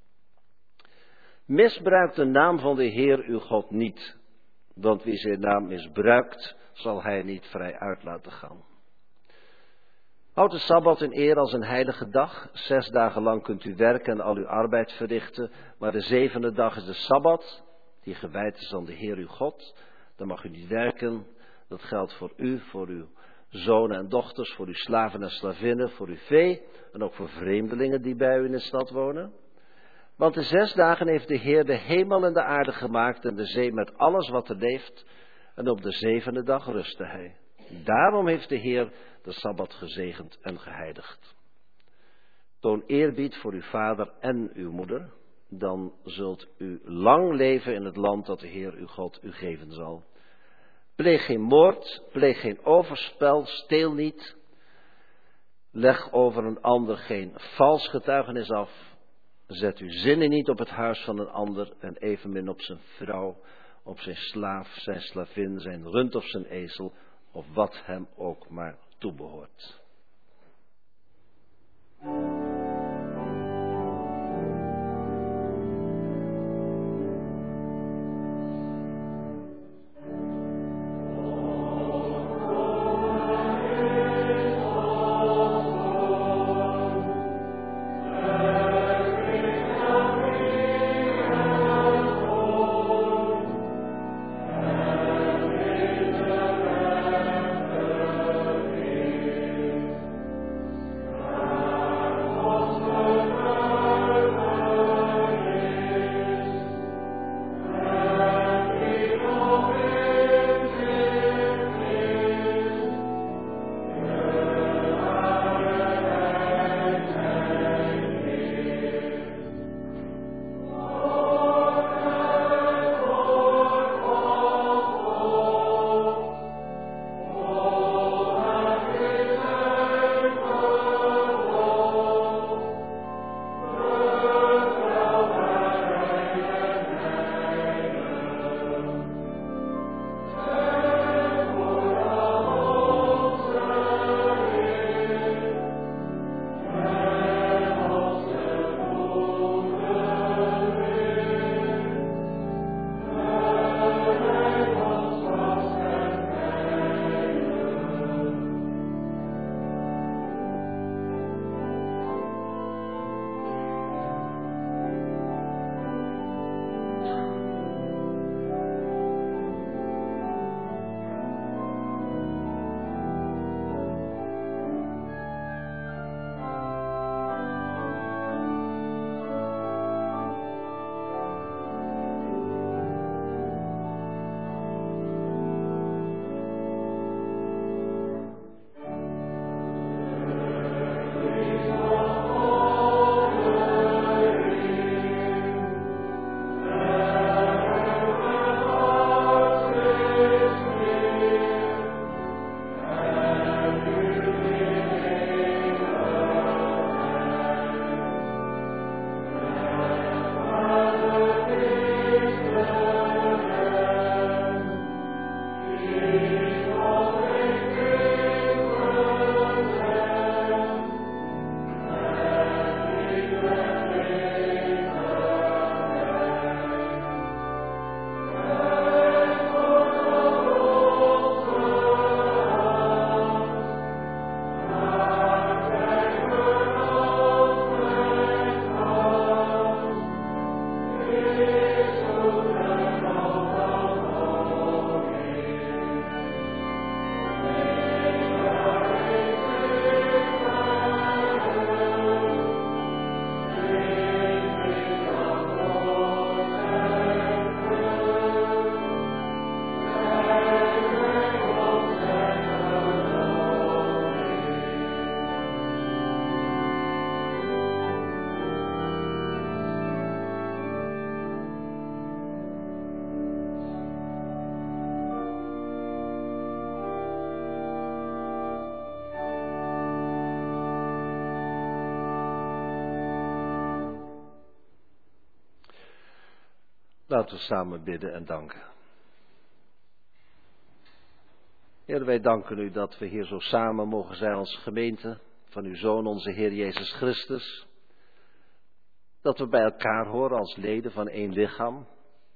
Misbruik de naam van de Heer uw God niet, want wie zijn naam misbruikt, zal hij niet vrij uit laten gaan. Houd de Sabbat in eer als een heilige dag. 6 dagen lang kunt u werken en al uw arbeid verrichten, maar de 7e dag is de Sabbat, die gewijd is aan de Heer uw God. Dan mag u niet werken. Dat geldt voor u, voor uw zonen en dochters, voor uw slaven en slavinnen, voor uw vee en ook voor vreemdelingen die bij u in de stad wonen. Want de 6 dagen heeft de Heer de hemel en de aarde gemaakt en de zee met alles wat er leeft. En op de 7e dag rustte hij. Daarom heeft de Heer de Sabbat gezegend en geheiligd. Toon eerbied voor uw vader en uw moeder. Dan zult u lang leven in het land dat de Heer uw God u geven zal. Pleeg geen moord, pleeg geen overspel, steel niet. Leg over een ander geen vals getuigenis af. Zet uw zinnen niet op het huis van een ander en evenmin op zijn vrouw, op zijn slaaf, zijn slavin, zijn rund of zijn ezel, of wat hem ook maar toebehoort. Laten we samen bidden en danken. Heer, wij danken u dat we hier zo samen mogen zijn als gemeente van uw Zoon, onze Heer Jezus Christus. Dat we bij elkaar horen als leden van één lichaam.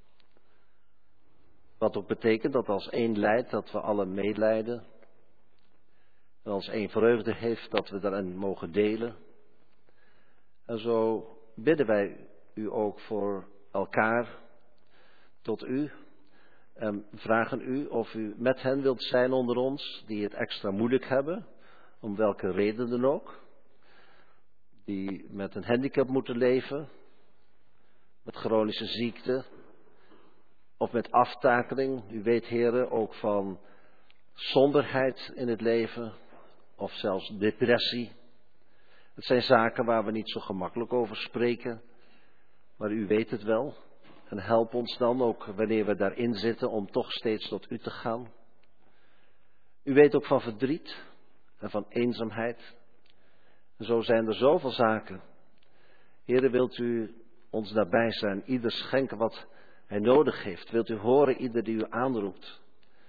Wat ook betekent dat als één lijdt, dat we allen meelijden. En als één vreugde heeft, dat we daarin mogen delen. En zo bidden wij u ook voor elkaar, tot u. En vragen u of u met hen wilt zijn onder ons, die het extra moeilijk hebben, om welke reden dan ook. Die met een handicap moeten leven, met chronische ziekte, of met aftakeling. U weet, heren, ook van somberheid in het leven, of zelfs depressie. Het zijn zaken waar we niet zo gemakkelijk over spreken, maar u weet het wel. En help ons dan ook wanneer we daarin zitten om toch steeds tot u te gaan. U weet ook van verdriet en van eenzaamheid. En zo zijn er zoveel zaken. Heere, wilt u ons daarbij zijn, ieder schenken wat hij nodig heeft. Wilt u horen ieder die u aanroept.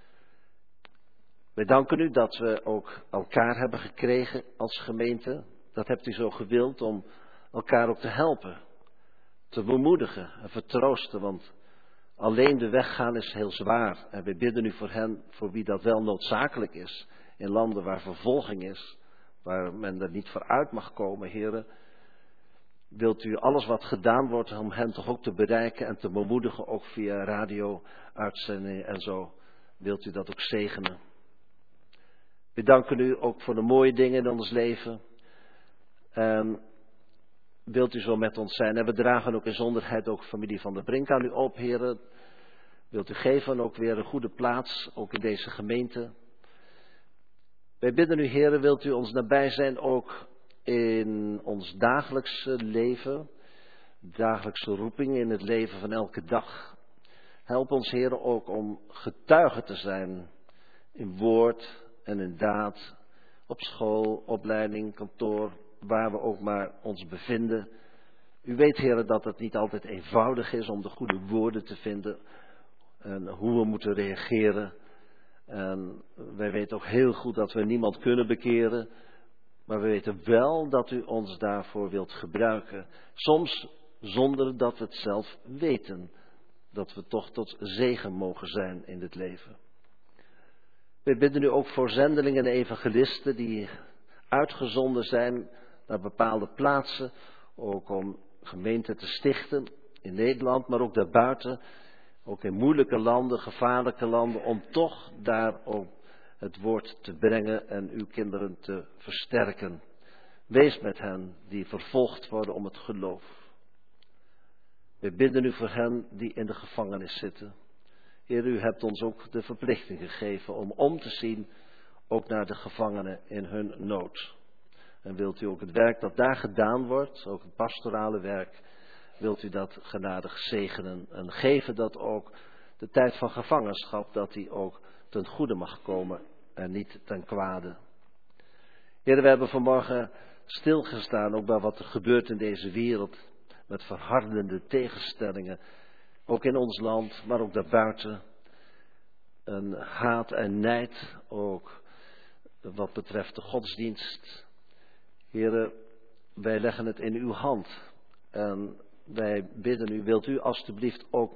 Wij danken u dat we ook elkaar hebben gekregen als gemeente. Dat hebt u zo gewild om elkaar ook te helpen. Te bemoedigen en vertroosten, want alleen de weg gaan is heel zwaar. En we bidden u voor hen, voor wie dat wel noodzakelijk is. In landen waar vervolging is, waar men er niet voor uit mag komen, heren. Wilt u alles wat gedaan wordt om hen toch ook te bereiken en te bemoedigen, ook via radio-uitzendingen en zo. Wilt u dat ook zegenen. We danken u ook voor de mooie dingen in ons leven. En wilt u zo met ons zijn. En we dragen ook in zonderheid ook familie van der Brink aan u op, heren. Wilt u geven ook weer een goede plaats, ook in deze gemeente. Wij bidden u, heren, wilt u ons nabij zijn ook in ons dagelijkse leven. Dagelijkse roeping in het leven van elke dag. Help ons, heren, ook om getuige te zijn in woord en in daad. Op school, opleiding, kantoor, waar we ook maar ons bevinden. U weet, heren, dat het niet altijd eenvoudig is om de goede woorden te vinden. En hoe we moeten reageren. En wij weten ook heel goed dat we niemand kunnen bekeren. Maar we weten wel dat u ons daarvoor wilt gebruiken. Soms zonder dat we het zelf weten. Dat we toch tot zegen mogen zijn in het leven. We bidden u ook voor zendelingen en evangelisten die uitgezonden zijn naar bepaalde plaatsen. Ook om gemeenten te stichten in Nederland, maar ook daarbuiten. Ook in moeilijke landen, gevaarlijke landen, om toch daar ook het woord te brengen en uw kinderen te versterken. Wees met hen die vervolgd worden om het geloof. We bidden u voor hen die in de gevangenis zitten. Heer, u hebt ons ook de verplichting gegeven om te zien, ook naar de gevangenen in hun nood. En wilt u ook het werk dat daar gedaan wordt, ook het pastorale werk, wilt u dat genadig zegenen en geven dat ook de tijd van gevangenschap, dat die ook ten goede mag komen en niet ten kwade. Heer, we hebben vanmorgen stilgestaan ook bij wat er gebeurt in deze wereld, met verhardende tegenstellingen, ook in ons land, maar ook daarbuiten. Een haat en nijd, ook wat betreft de godsdienst. Heren, wij leggen het in uw hand en wij bidden u, wilt u alstublieft ook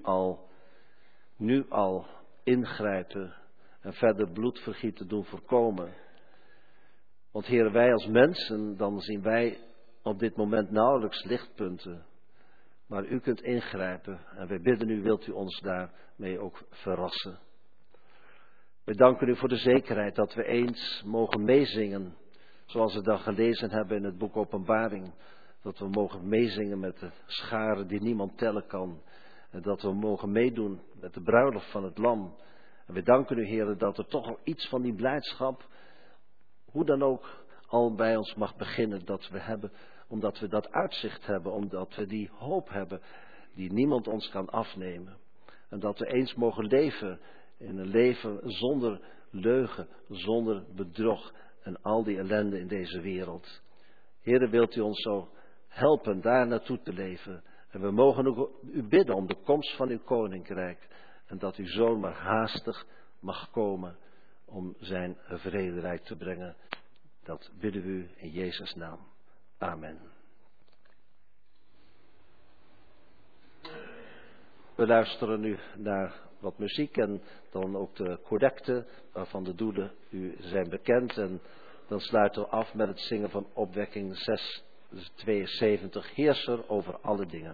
nu al ingrijpen en verder bloedvergieten doen voorkomen. Want heren, wij als mensen, dan zien wij op dit moment nauwelijks lichtpunten. Maar u kunt ingrijpen en wij bidden u, wilt u ons daarmee ook verrassen. We danken u voor de zekerheid dat we eens mogen meezingen, zoals we dat gelezen hebben in het boek Openbaring. Dat we mogen meezingen met de scharen die niemand tellen kan. En dat we mogen meedoen met de bruiloft van het lam. En we danken u, heren, dat er toch al iets van die blijdschap, hoe dan ook, al bij ons mag beginnen. Dat we hebben, omdat we dat uitzicht hebben, omdat we die hoop hebben die niemand ons kan afnemen. En dat we eens mogen leven in een leven zonder leugen, zonder bedrog en al die ellende in deze wereld. Heere, wilt u ons zo helpen daar naartoe te leven En we mogen ook u bidden om de komst van uw koninkrijk. En dat uw zoon maar haastig mag komen om zijn vrederijk te brengen. Dat bidden we u in Jezus' naam. Amen. We luisteren nu naar wat muziek en dan ook de collecten waarvan de doelen u zijn bekend. En dan sluiten we af met het zingen van opwekking 672, Heerser over alle dingen.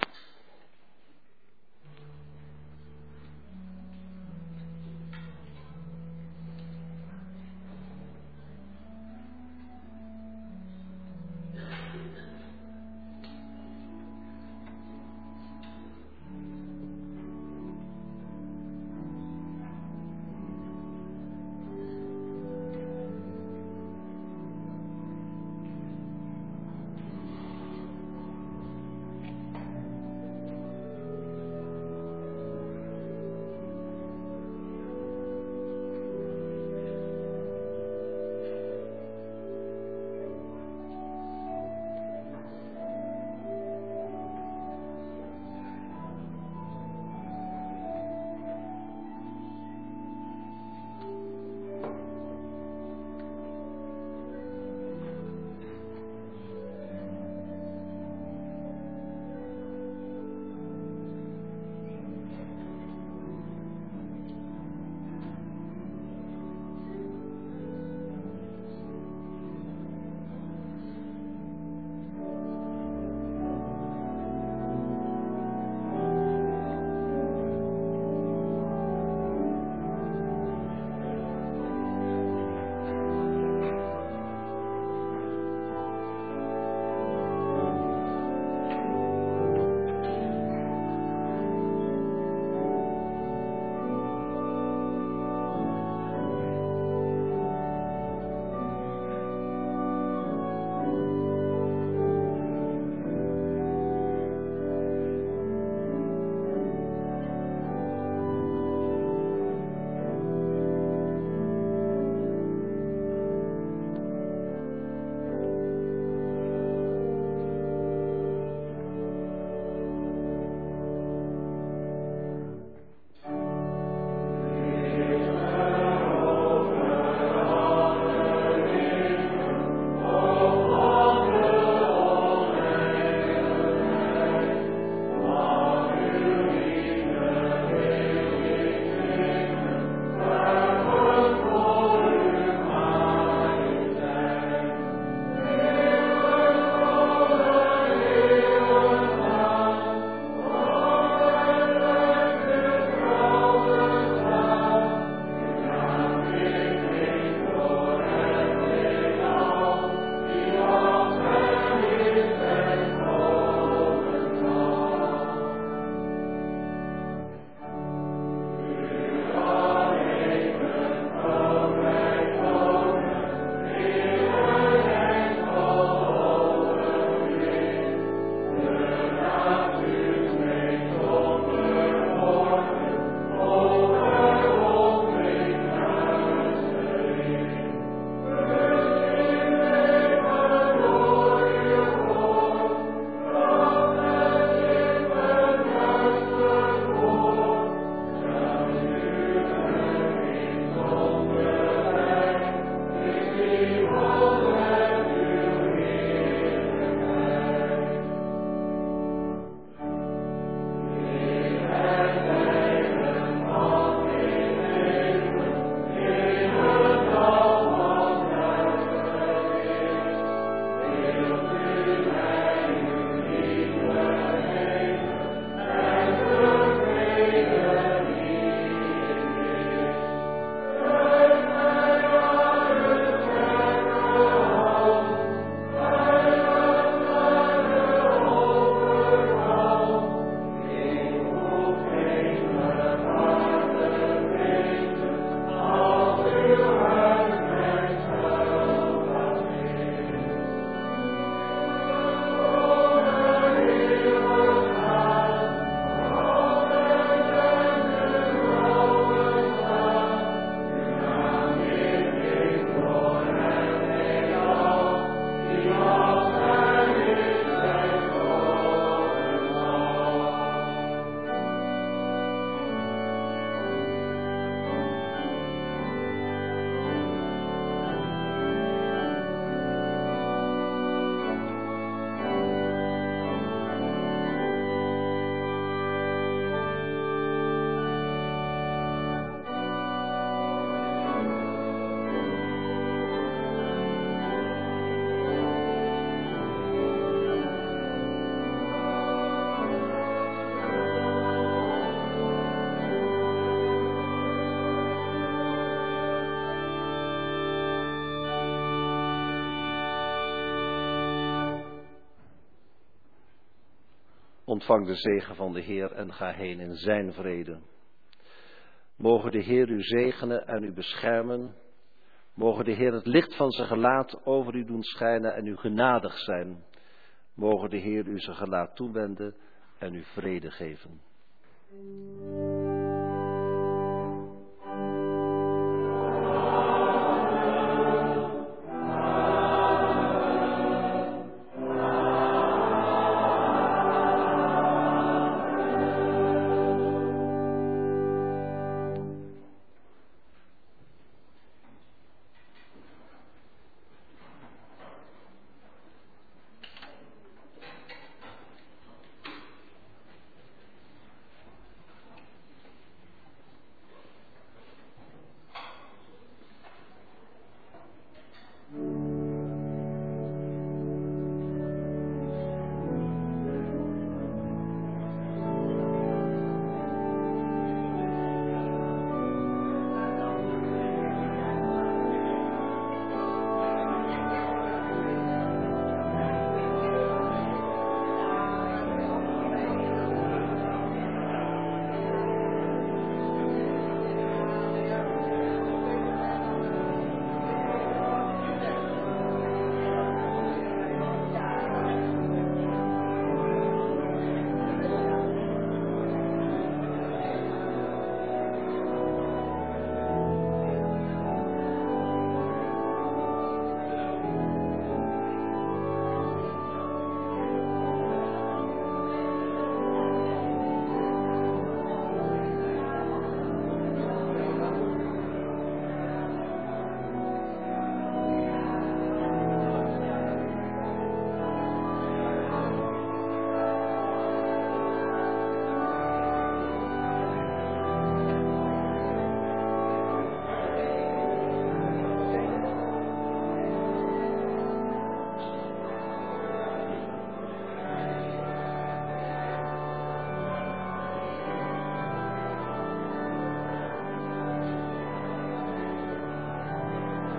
Ontvang de zegen van de Heer en ga heen in zijn vrede. Mogen de Heer u zegenen en u beschermen. Mogen de Heer het licht van zijn gelaat over u doen schijnen en u genadig zijn. Mogen de Heer u zijn gelaat toewenden en u vrede geven.